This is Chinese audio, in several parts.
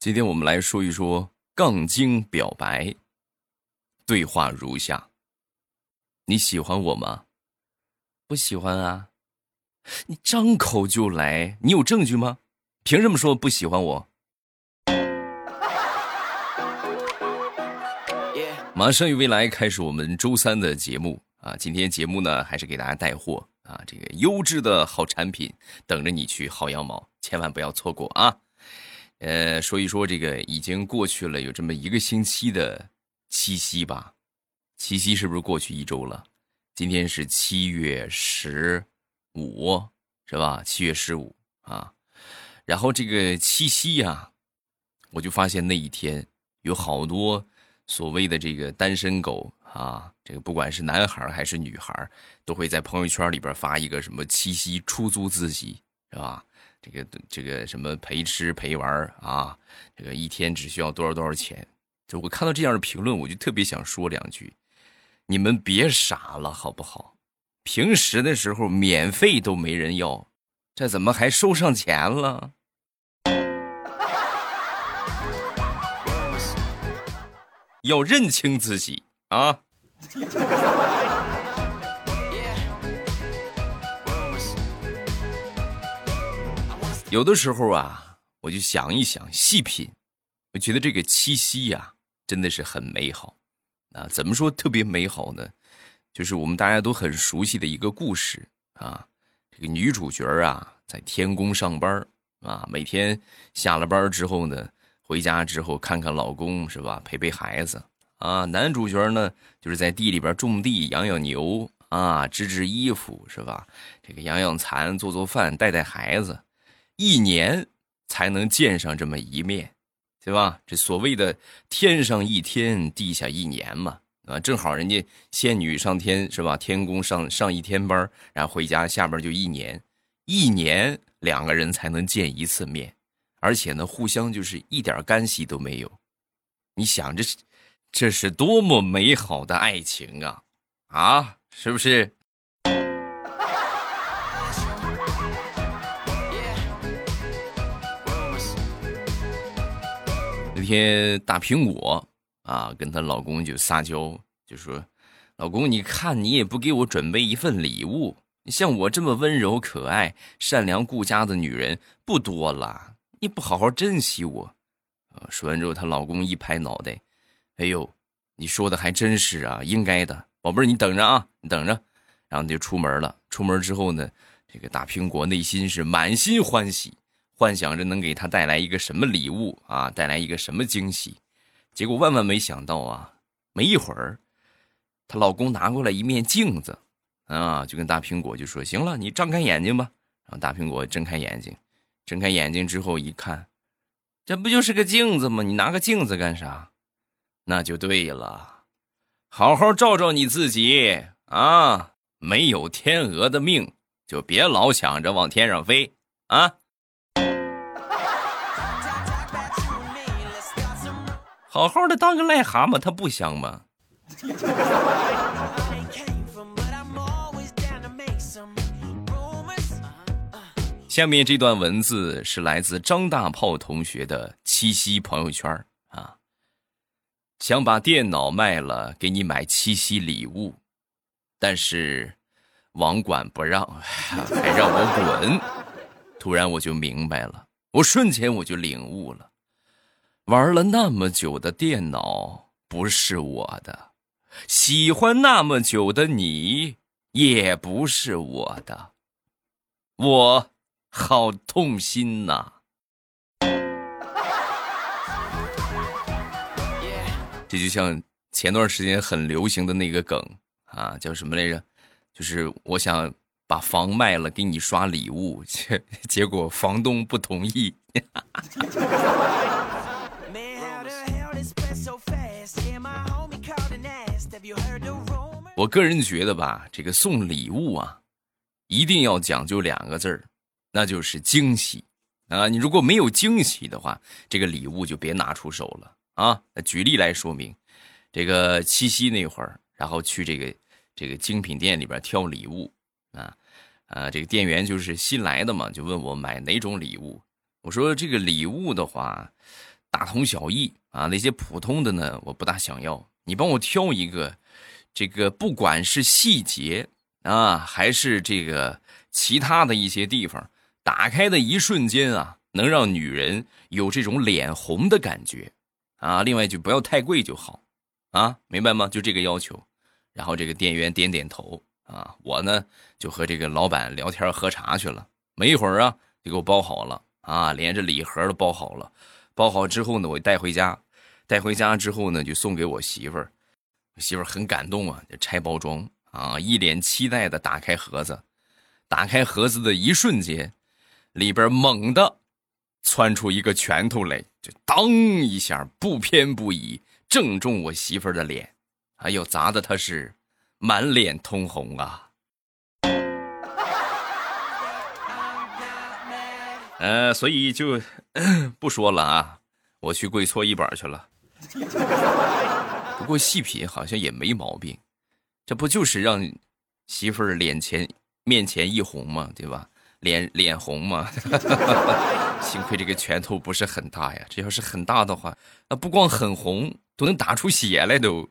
今天我们来说一说杠精表白。对话如下：你喜欢我吗？不喜欢啊。你张口就来，你有证据吗？凭什么说不喜欢我？马上与未来开始我们周三的节目啊！今天节目呢还是给大家带货啊，这个优质的好产品等着你去薅羊毛，千万不要错过啊！说一说这个已经过去了有这么1个星期的七夕吧，七夕是不是过去1周了？今天是7月15，是吧？7月15啊。然后这个七夕啊，我就发现那一天有好多所谓的这个单身狗啊，这个不管是男孩还是女孩，都会在朋友圈里边发一个什么七夕出租自己，是吧？这个什么陪吃陪玩啊，这个一天只需要多少钱。就我看到这样的评论，我就特别想说2句：你们别傻了好不好？平时的时候免费都没人要，这怎么还收上钱了？要认清自己啊！有的时候啊，我就想一想，细品，我觉得这个七夕呀，真的是很美好啊。怎么说特别美好呢？就是我们大家都很熟悉的一个故事啊。这个女主角啊，在天宫上班啊，每天下了班之后呢，回家之后看看老公是吧，陪陪孩子啊。男主角呢，就是在地里边种地、养养牛啊，织衣服是吧？这个养蚕、做饭、带孩子。1年才能见上这么一面，对吧？这所谓的天上1天，地下1年嘛，啊，正好人家仙女上天是吧？天宫上1天班，然后回家下边就1年，1年2个人才能见1次面，而且呢，互相就是一点干系都没有。你想这是多么美好的爱情啊！啊，是不是？那天大苹果啊，跟她老公就撒娇，就说：“老公，你看你也不给我准备一份礼物，像我这么温柔可爱、善良顾家的女人不多了，你不好好珍惜我。”说完之后，她老公一拍脑袋：“哎呦，你说的还真是啊，应该的，宝贝儿，你等着啊，你等着。”然后就出门了。出门之后呢，这个大苹果内心是满心欢喜。幻想着能给她带来一个什么礼物啊，带来一个什么惊喜，结果万万没想到啊，没一会儿，她老公拿过来一面镜子啊，就跟大苹果就说：“行了，你张开眼睛吧。”然后大苹果睁开眼睛，睁开眼睛之后一看，这不就是个镜子吗？你拿个镜子干啥？那就对了，好好照照你自己啊，没有天鹅的命，就别老想着往天上飞啊。好好的当个癞蛤蟆，它不香吗？下面这段文字是来自张大炮同学的七夕朋友圈啊，想把电脑卖了给你买七夕礼物，但是网管不让，还让我滚。突然我就明白了，我瞬间我就领悟了。玩了那么久的电脑不是我的，喜欢那么久的你也不是我的，我好痛心呐。这就像前段时间很流行的那个梗啊，叫什么来着？就是我想把房卖了给你刷礼物，结果房东不同意。我个人觉得吧，这个送礼物啊，一定要讲究2个字儿，那就是惊喜啊！你如果没有惊喜的话，这个礼物就别拿出手了啊！举例来说明，这个七夕那会儿，然后去这个精品店里边挑礼物这个店员就是新来的嘛，就问我买哪种礼物。我说这个礼物的话， 大同小异啊，那些普通的呢我不大想要，你帮我挑一个，这个不管是细节啊，还是这个其他的一些地方，打开的一瞬间啊，能让女人有这种脸红的感觉啊。另外就不要太贵就好啊，明白吗？就这个要求。然后这个店员点点头啊，我呢就和这个老板聊天喝茶去了。没一会儿啊，就给我包好了啊，连着礼盒都包好了。包好之后呢，我带回家，带回家之后呢，就送给我媳妇儿。我媳妇儿很感动啊，就拆包装啊，一脸期待的打开盒子。打开盒子的一瞬间，里边猛地窜出一个拳头来，就当一下，不偏不倚，正中我媳妇儿的脸。哎呦，砸得她是满脸通红啊！所以就不说了啊，我去跪搓衣板去了。不过细品好像也没毛病，这不就是让媳妇儿面前一红嘛，对吧？脸红嘛。幸亏这个拳头不是很大呀，这要是很大的话，那不光很红，都能打出血来都。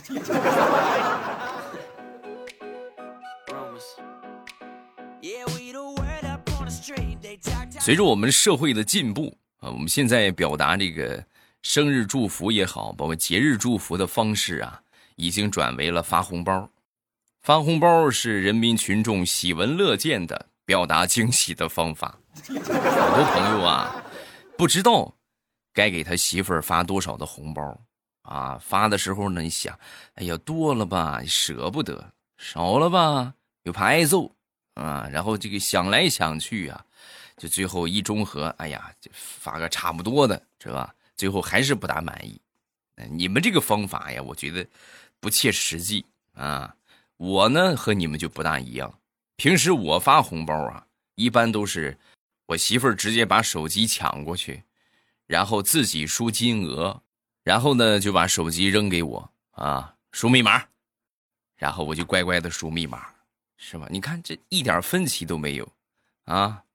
随着我们社会的进步啊，我们现在表达这个生日祝福也好，包括节日祝福的方式啊，已经转为了发红包。发红包是人民群众喜闻乐见的表达惊喜的方法。好多朋友啊，不知道该给他媳妇儿发多少的红包啊，发的时候呢，你想，哎呀，多了吧舍不得，少了吧又怕挨揍啊，然后这个想来想去啊，就最后一中和，哎呀，就发个差不多的，是吧？最后还是不大满意。你们这个方法呀，我觉得不切实际啊。我呢和你们就不大一样，平时我发红包啊，一般都是我媳妇儿直接把手机抢过去，然后自己输金额，然后呢就把手机扔给我啊，输密码，然后我就乖乖的输密码，是吧？你看这一点分歧都没有啊。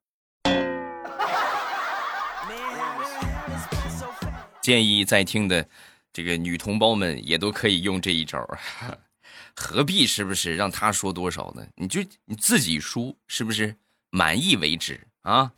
建议在听的这个女同胞们也都可以用这一招。何必是不是让他说多少呢？你自己输，是不是满意为止啊？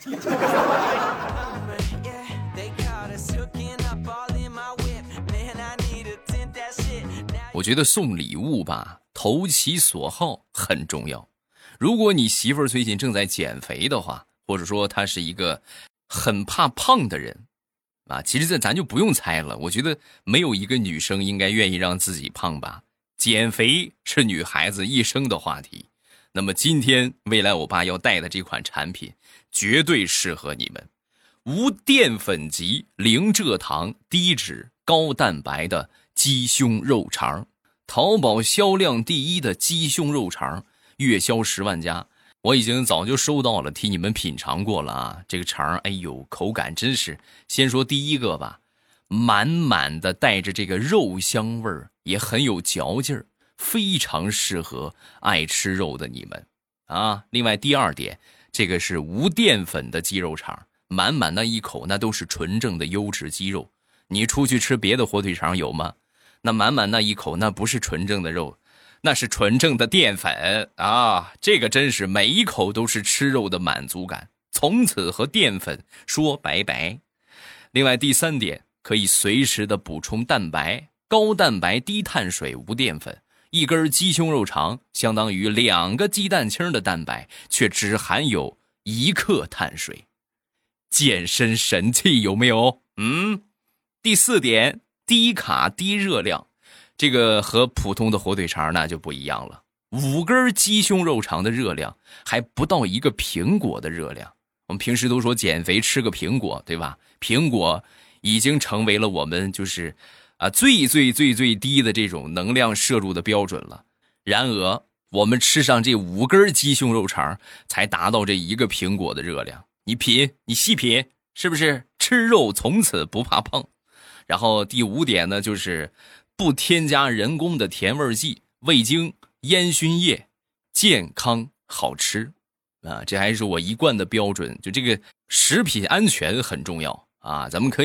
我觉得送礼物吧，投其所好很重要。如果你媳妇儿最近正在减肥的话，或者说她是一个很怕胖的人啊，其实咱就不用猜了，我觉得没有一个女生应该愿意让自己胖吧。减肥是女孩子一生的话题，那么今天未来欧巴要带的这款产品绝对适合你们。无淀粉级、零蔗糖、低脂、高蛋白的鸡胸肉肠，淘宝销量第一的鸡胸肉肠，月销10万加。我已经早就收到了，替你们品尝过了啊！这个肠，哎呦，口感真是，先说第一个吧，满满的带着这个肉香味儿，也很有嚼劲儿，非常适合爱吃肉的你们啊。另外第二点，这个是无淀粉的鸡肉肠，满满那一口那都是纯正的优质鸡肉。你出去吃别的火腿肠有吗？那满满那一口那不是纯正的肉，那是纯正的淀粉啊！这个真是每一口都是吃肉的满足感，从此和淀粉说拜拜。另外第三点，可以随时的补充蛋白，高蛋白低碳水无淀粉，一根鸡胸肉肠相当于2个鸡蛋清的蛋白，却只含有1克碳水，健身神器有没有？第四点，低卡低热量，这个和普通的火腿肠那就不一样了，5根鸡胸肉肠的热量还不到1个苹果的热量。我们平时都说减肥吃个苹果，对吧？苹果已经成为了我们就是最低的这种能量摄入的标准了。然而我们吃上这5根鸡胸肉肠才达到这1个苹果的热量。你品，你细品，是不是吃肉从此不怕胖？然后第5点呢，就是不添加人工的甜味剂、味精、烟熏液，健康好吃啊！这还是我一贯的标准，就这个食品安全很重要啊！咱们可以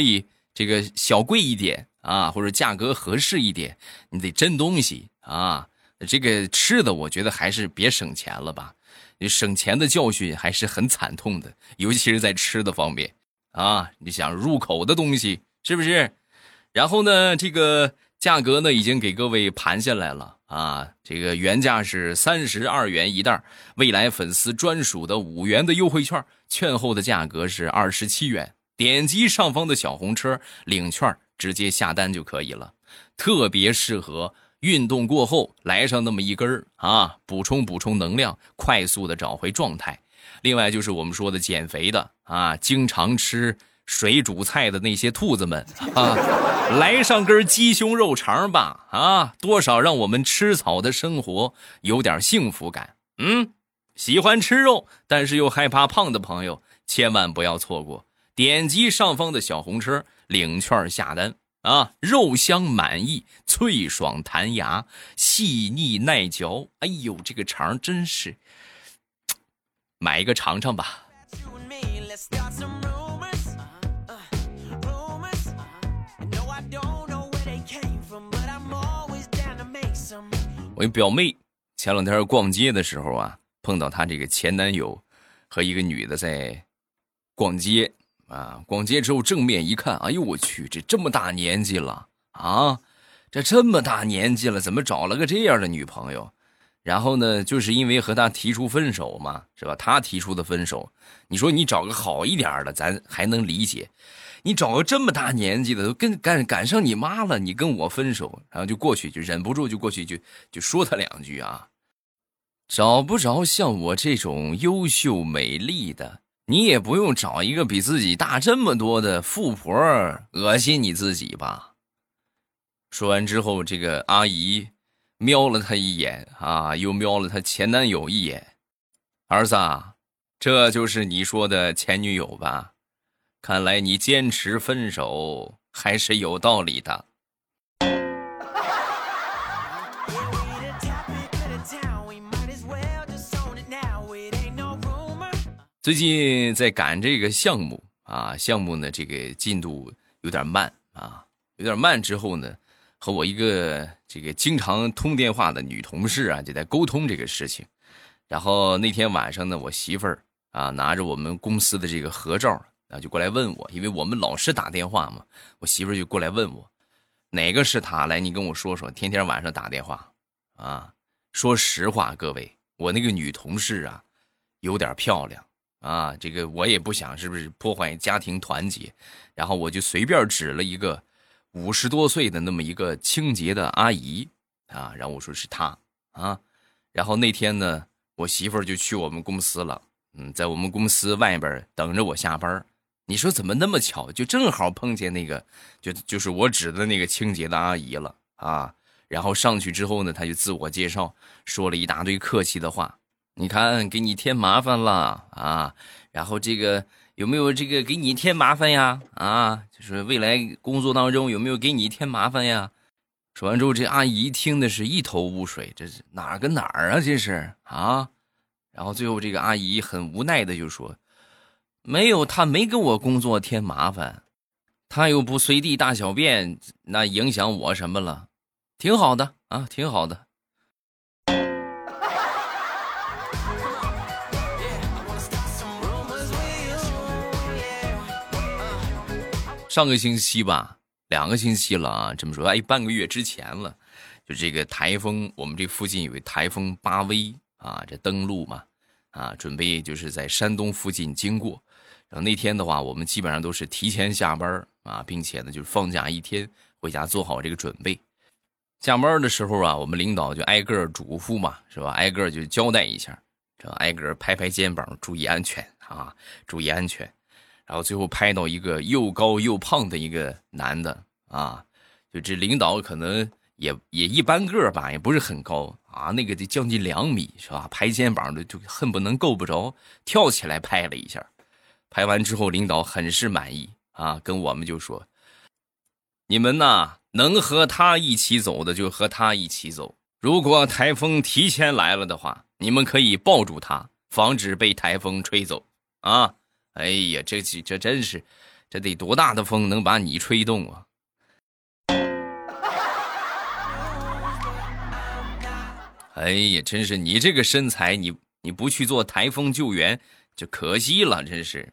这个小贵一点啊，或者价格合适一点，你得真东西啊。这个吃的我觉得还是别省钱了吧，省钱的教训还是很惨痛的，尤其是在吃的方面啊。你想入口的东西是不是？然后呢，这个价格呢已经给各位盘下来了啊，这个原价是32元一袋，未来粉丝专属的5元的优惠券，券后的价格是27元。点击上方的小红车领券，直接下单就可以了，特别适合运动过后来上那么一根啊，补充能量，快速的找回状态。另外就是我们说的减肥的啊，经常吃水煮菜的那些兔子们啊，来上根鸡胸肉肠吧啊，多少让我们吃草的生活有点幸福感。喜欢吃肉但是又害怕胖的朋友千万不要错过，点击上方的小红车领券下单啊，肉香满意，脆爽弹牙，细腻耐嚼。哎呦，这个肠真是，买一个尝尝吧。我一表妹前2天逛街的时候啊，碰到她这个前男友和一个女的在逛街啊，逛街之后正面一看，哎呦我去，这么大年纪了啊，这么大年纪了，怎么找了个这样的女朋友？然后呢，就是因为和他提出分手嘛，是吧？他提出的分手，你说你找个好一点的，咱还能理解。你找个这么大年纪的，都赶上你妈了，你跟我分手，然后就过去，就忍不住就过去就说他2句啊，找不着像我这种优秀美丽的，你也不用找一个比自己大这么多的富婆，恶心你自己吧。说完之后，这个阿姨瞄了他一眼啊，又瞄了他前男友一眼。儿子啊，这就是你说的前女友吧？看来你坚持分手还是有道理的。最近在赶这个项目啊，项目呢这个进度有点慢啊，有点慢之后呢，和我一个这个经常通电话的女同事啊，就在沟通这个事情。然后那天晚上呢，我媳妇儿啊拿着我们公司的这个合照啊，就过来问我，因为我们老是打电话嘛，我媳妇儿就过来问我，哪个是他？来，你跟我说说，天天晚上打电话啊。说实话，各位，我那个女同事啊，有点漂亮啊，这个我也不想是不是破坏家庭团结，然后我就随便指了一个50多岁的那么一个清洁的阿姨啊，然后我说是她啊。然后那天呢，我媳妇儿就去我们公司了，在我们公司外边等着我下班。你说怎么那么巧，就正好碰见那个就是我指的那个清洁的阿姨了啊。然后上去之后呢，她就自我介绍，说了一大堆客气的话。你看给你添麻烦了啊，然后这个有没有这个给你添麻烦呀？啊，就是未来工作当中有没有给你添麻烦呀？说完之后，这阿姨听的是一头雾水，这是哪儿跟哪儿啊？这是啊。然后最后这个阿姨很无奈的就说，没有，他没给我工作添麻烦，他又不随地大小便，那影响我什么了？挺好的啊，挺好的。上个星期吧，2个星期了啊，这么说，半个月之前了，就这个台风，我们这附近有一台风巴威啊，这登陆嘛，啊，准备就是在山东附近经过。然后那天的话，我们基本上都是提前下班啊，并且呢，就是放假1天，回家做好这个准备。下班的时候啊，我们领导就挨个嘱咐嘛，是吧？挨个就交代一下，这挨个拍拍肩膀，注意安全啊，注意安全。然后最后拍到一个又高又胖的一个男的啊，就这领导可能也一般个吧，也不是很高啊，那个得将近2米是吧？拍肩膀的就恨不能够不着，跳起来拍了一下。拍完之后，领导很是满意啊，跟我们就说：“你们呐，能和他一起走的就和他一起走。如果台风提前来了的话，你们可以抱住他，防止被台风吹走啊。”哎呀，这真是这得多大的风能把你吹动啊？哎呀，真是你这个身材，你不去做台风救援就可惜了，真是。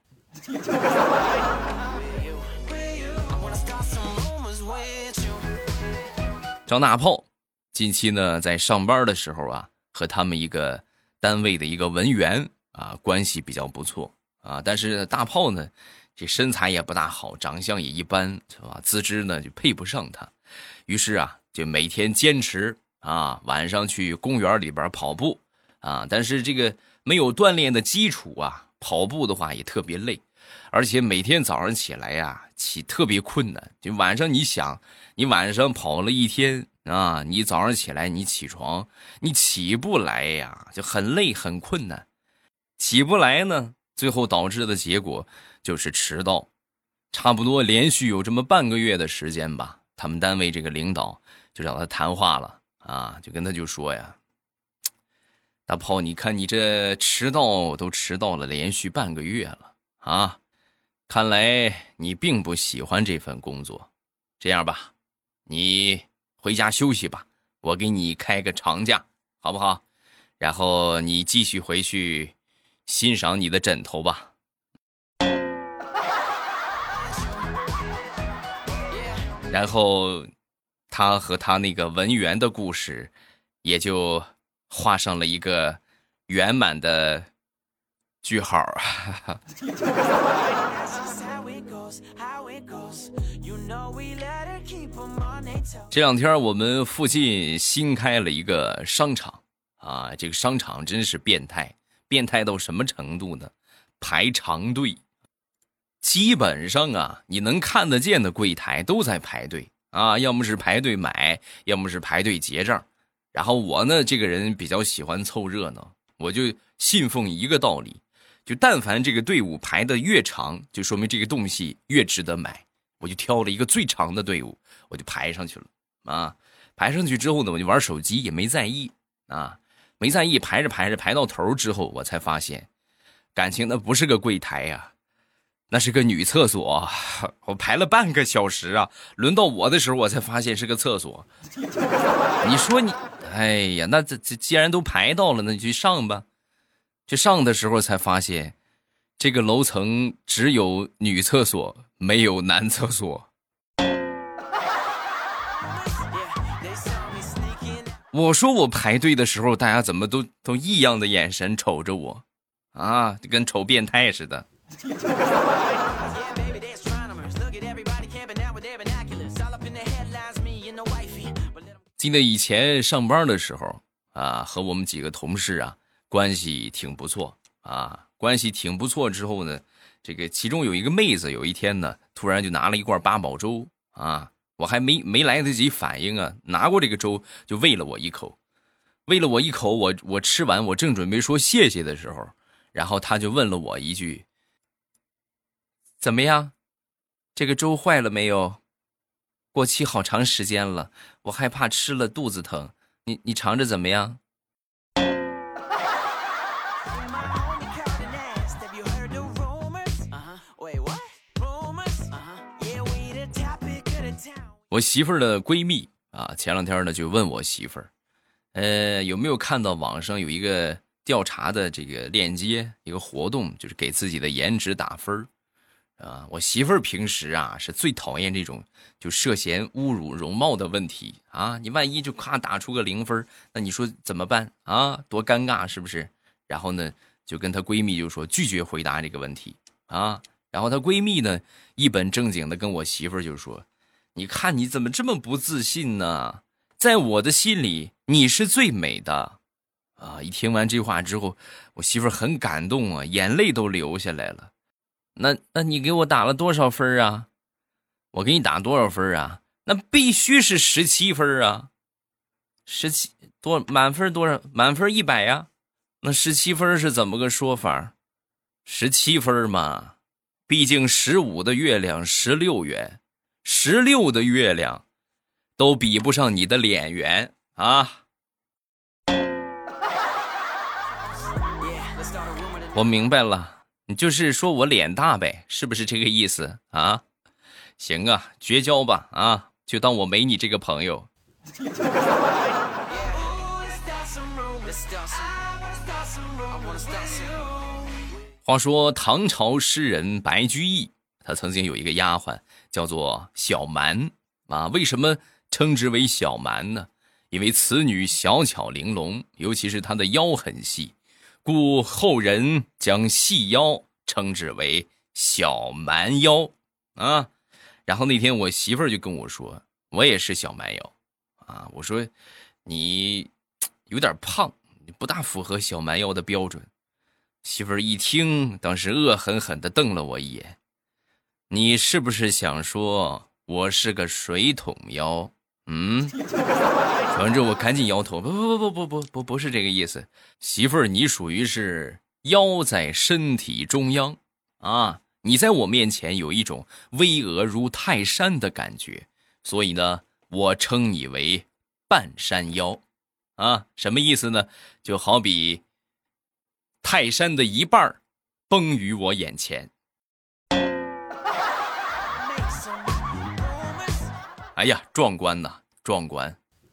张大炮近期呢在上班的时候啊，和他们一个单位的一个文员啊关系比较不错啊，但是大炮呢这身材也不大好，长相也一般，是吧？资质呢就配不上他，于是啊就每天坚持啊晚上去公园里边跑步啊，但是这个没有锻炼的基础啊，跑步的话也特别累，而且每天早上起来呀起特别困难，就晚上你想你晚上跑了一天啊，你早上起来你起床你起不来呀，就很累很困难，起不来呢最后导致的结果就是迟到，差不多连续有这么半个月的时间吧，他们单位这个领导就找他谈话了啊，就跟他就说呀，大炮你看你这迟到都迟到了连续半个月了啊，看来你并不喜欢这份工作，这样吧，你回家休息吧，我给你开个长假好不好？然后你继续回去欣赏你的枕头吧。然后他和他那个文员的故事也就画上了一个圆满的句号。这两天我们附近新开了一个商场啊，这个商场真是变态，变态到什么程度呢？排长队，基本上啊你能看得见的柜台都在排队啊，要么是排队买，要么是排队结账。然后我呢这个人比较喜欢凑热闹，我就信奉一个道理，就但凡这个队伍排得越长，就说明这个东西越值得买，我就挑了一个最长的队伍，我就排上去了啊。排上去之后呢，我就玩手机也没在意啊，没在意，排着排着排到头之后，我才发现感情那不是个柜台呀，那是个女厕所。我排了半个小时啊，轮到我的时候我才发现是个厕所。你说你哎呀，那这既然都排到了，那你去上吧。去上的时候才发现这个楼层只有女厕所没有男厕所。我说我排队的时候大家怎么都异样的眼神瞅着我啊，跟瞅变态似的。记得以前上班的时候啊，和我们几个同事啊关系挺不错啊，关系挺不错之后呢，这个其中有一个妹子有一天呢突然就拿了一罐八宝粥啊，我还没来得及反应啊，拿过这个粥就喂了我一口，喂了我一口，我吃完我正准备说谢谢的时候，然后他就问了我一句，怎么样，这个粥坏了没有？过期好长时间了，我害怕吃了肚子疼，你尝着怎么样？我媳妇儿的闺蜜啊，前两天呢就问我媳妇儿，有没有看到网上有一个调查的这个链接，一个活动，就是给自己的颜值打分啊。我媳妇儿平时啊是最讨厌这种就涉嫌侮辱容貌的问题啊，你万一就咔打出个0分，那你说怎么办啊？多尴尬是不是？然后呢就跟她闺蜜就说拒绝回答这个问题啊。然后她闺蜜呢一本正经的跟我媳妇儿就说，你看你怎么这么不自信呢？在我的心里你是最美的啊！一听完这话之后，我媳妇儿很感动啊，眼泪都流下来了。那你给我打了多少分啊？我给你打多少分啊？那必须是17分啊！17多满分多少？满分100呀？那17分是怎么个说法？17分嘛，毕竟15的月亮16圆，16的月亮都比不上你的脸圆啊！我明白了， 你就是说我脸大呗，是不是这个意思啊？行啊，绝交吧啊，就当我没你这个朋友。话说唐朝诗人白居易，他曾经有一个丫鬟叫做小蛮啊。为什么称之为小蛮呢？因为此女小巧玲珑，尤其是她的腰很细，故后人将细腰称之为小蛮腰啊。然后那天我媳妇儿就跟我说，我也是小蛮腰啊。我说你有点胖，你不大符合小蛮腰的标准。媳妇儿一听，当时恶狠狠地瞪了我一眼，你是不是想说我是个水桶腰？说完之后我赶紧摇头，不是这个意思。媳妇儿，你属于是腰在身体中央啊，你在我面前有一种巍峨如泰山的感觉，所以呢，我称你为半山腰啊。什么意思呢？就好比泰山的一半崩于我眼前。哎呀，壮观呐，壮观！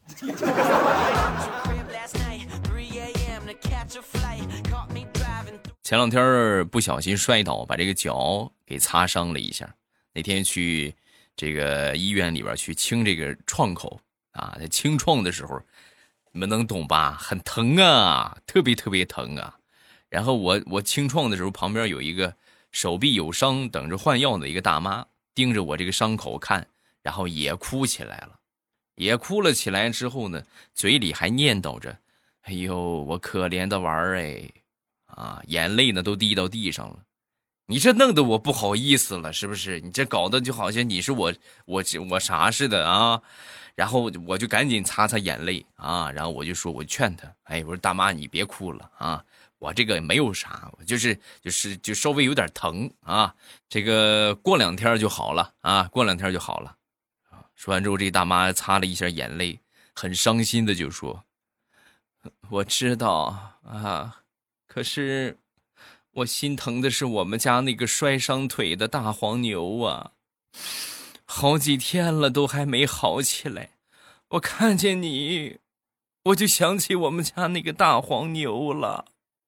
前两天不小心摔倒，把这个脚给擦伤了一下。那天去这个医院里边去清这个创口啊，在清创的时候，你们能懂吧？很疼啊，特别特别疼啊。然后我清创的时候，旁边有一个手臂有伤等着换药的一个大妈，盯着我这个伤口看，然后也哭起来了。也哭了起来之后呢，嘴里还念叨着，哎呦，我可怜的娃儿哎，啊，眼泪呢都滴到地上了。你这弄得我不好意思了，是不是？你这搞得就好像你是我啥似的啊。然后我就赶紧擦擦眼泪啊，然后我就说，我劝他，哎，我说大妈你别哭了啊，我这个没有啥，就稍微有点疼啊，这个过2天就好了啊，过2天就好了。说完之后，这大妈擦了一下眼泪，很伤心的就说，我知道啊，可是我心疼的是我们家那个摔伤腿的大黄牛啊，好几天了都还没好起来。我看见你，我就想起我们家那个大黄牛了。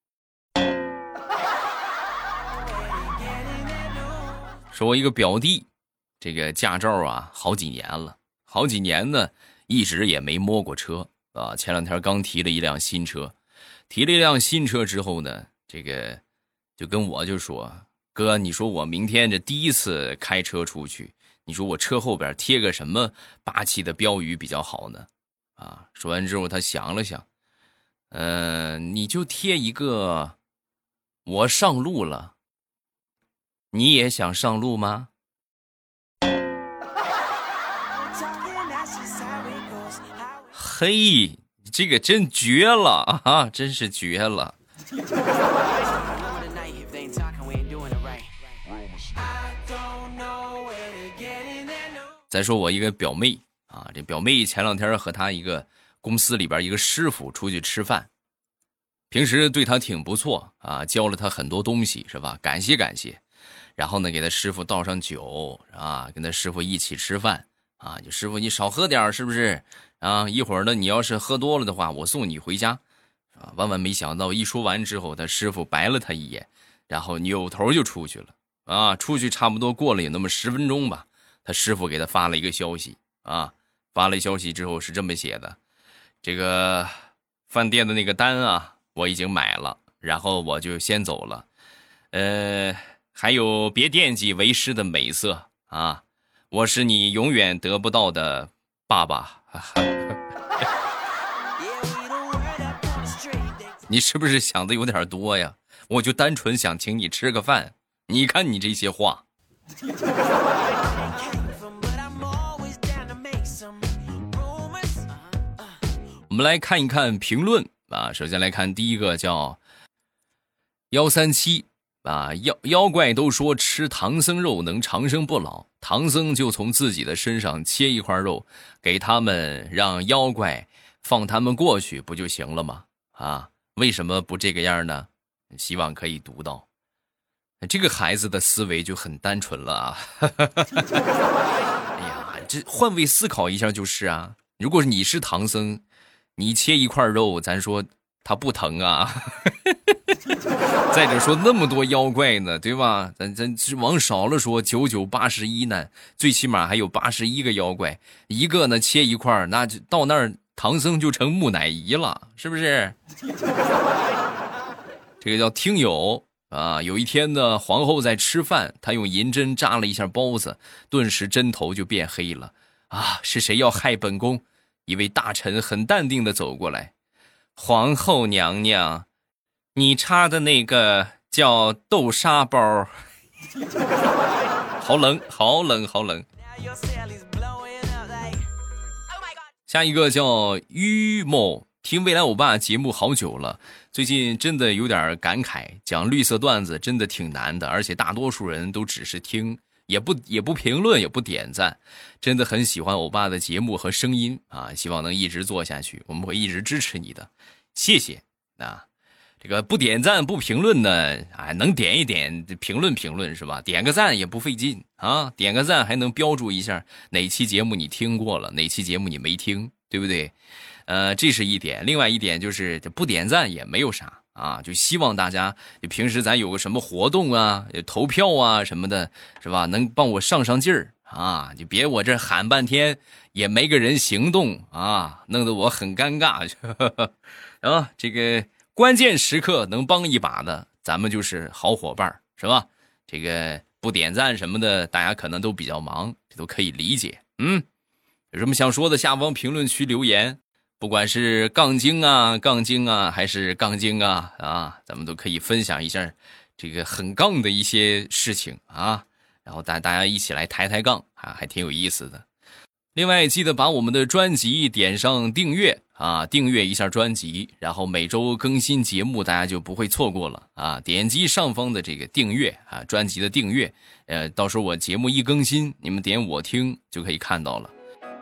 说我一个表弟，这个驾照啊好几年了，好几年呢一直也没摸过车啊。前2天刚提了一辆新车，提了一辆新车之后呢，这个就跟我就说，哥，你说我明天这第一次开车出去，你说我车后边贴个什么霸气的标语比较好呢？啊，说完之后他想了想，你就贴一个我上路了，你也想上路吗？嘿，这个真绝了啊，真是绝了。再说我一个表妹啊，这表妹前2天和她一个公司里边一个师傅出去吃饭，平时对她挺不错啊，教了她很多东西是吧？感谢感谢。然后呢，给她师傅倒上酒啊，跟她师傅一起吃饭啊，就师傅你少喝点是不是啊？一会儿呢，你要是喝多了的话，我送你回家啊。万万没想到，一说完之后，他师傅白了他一眼，然后扭头就出去了啊。出去差不多过了有那么10分钟吧，他师傅给他发了一个消息啊，发了消息之后是这么写的，这个饭店的那个单啊，我已经买了，然后我就先走了，还有别惦记为师的美色啊，我是你永远得不到的爸爸。你是不是想的有点多呀？我就单纯想请你吃个饭，你看你这些话。我们来看一看评论啊，首先来看第一个叫137啊，妖怪都说吃唐僧肉能长生不老，唐僧就从自己的身上切一块肉给他们，让妖怪放他们过去不就行了吗？啊，为什么不这个样呢？希望可以读到。 这个孩子的思维就很单纯了啊。哎呀，这换位思考一下就是啊，如果你是唐僧，你切一块肉，咱说他不疼啊。再者说那么多妖怪呢，对吧？咱往少了说9981难，最起码还有81个妖怪，一个呢切一块，那就到那儿唐僧就成木乃伊了，是不是？这个叫听友啊，有一天呢，皇后在吃饭，她用银针扎了一下包子，顿时针头就变黑了。啊，是谁要害本宫？一位大臣很淡定地走过来，皇后娘娘。你插的那个叫豆沙包。好冷好冷好冷。下一个叫于某，听未来欧巴节目好久了，最近真的有点感慨，讲绿色段子真的挺难的，而且大多数人都只是听，也不评论也不点赞，真的很喜欢欧巴的节目和声音啊，希望能一直做下去，我们会一直支持你的，谢谢啊。这个不点赞不评论呢，能点一点评论评论是吧？点个赞也不费劲啊，点个赞还能标注一下哪期节目你听过了，哪期节目你没听，对不对？这是一点。另外一点就是不点赞也没有啥啊，就希望大家平时咱有个什么活动啊、投票啊什么的，是吧？能帮我上劲儿啊，就别我这喊半天也没个人行动啊，弄得我很尴尬。啊，这个。关键时刻能帮一把的，咱们就是好伙伴，是吧？这个不点赞什么的，大家可能都比较忙，这都可以理解。有什么想说的，下方评论区留言，不管是杠精啊、还是杠精啊，咱们都可以分享一下这个很杠的一些事情啊，然后大家一起来抬抬杠啊，还挺有意思的。另外记得把我们的专辑点上订阅啊，订阅一下专辑，然后每周更新节目大家就不会错过了啊。点击上方的这个订阅啊，专辑的订阅，到时候我节目一更新，你们点我听就可以看到了。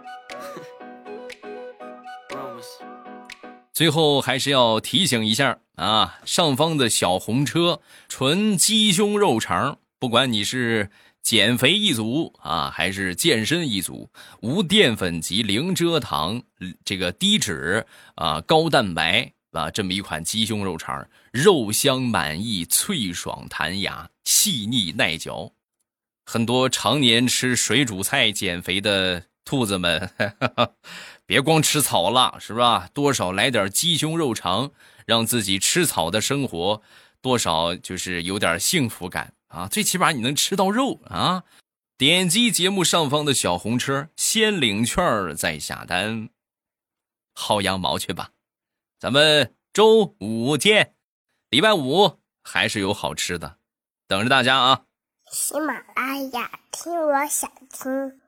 最后还是要提醒一下啊，上方的小红车纯鸡胸肉肠，不管你是减肥一族啊，还是健身一族，无淀粉及零蔗糖，这个低脂啊，高蛋白啊，这么一款鸡胸肉肠，肉香满溢，脆爽弹牙，细腻耐嚼。很多常年吃水煮菜减肥的兔子们，别光吃草了，是吧？多少来点鸡胸肉肠，让自己吃草的生活多少就是有点幸福感。啊，最起码你能吃到肉啊！点击节目上方的小红车，先领券再下单，薅羊毛去吧！咱们周五见，礼拜五还是有好吃的，等着大家啊！ 喜马拉雅，听我想听。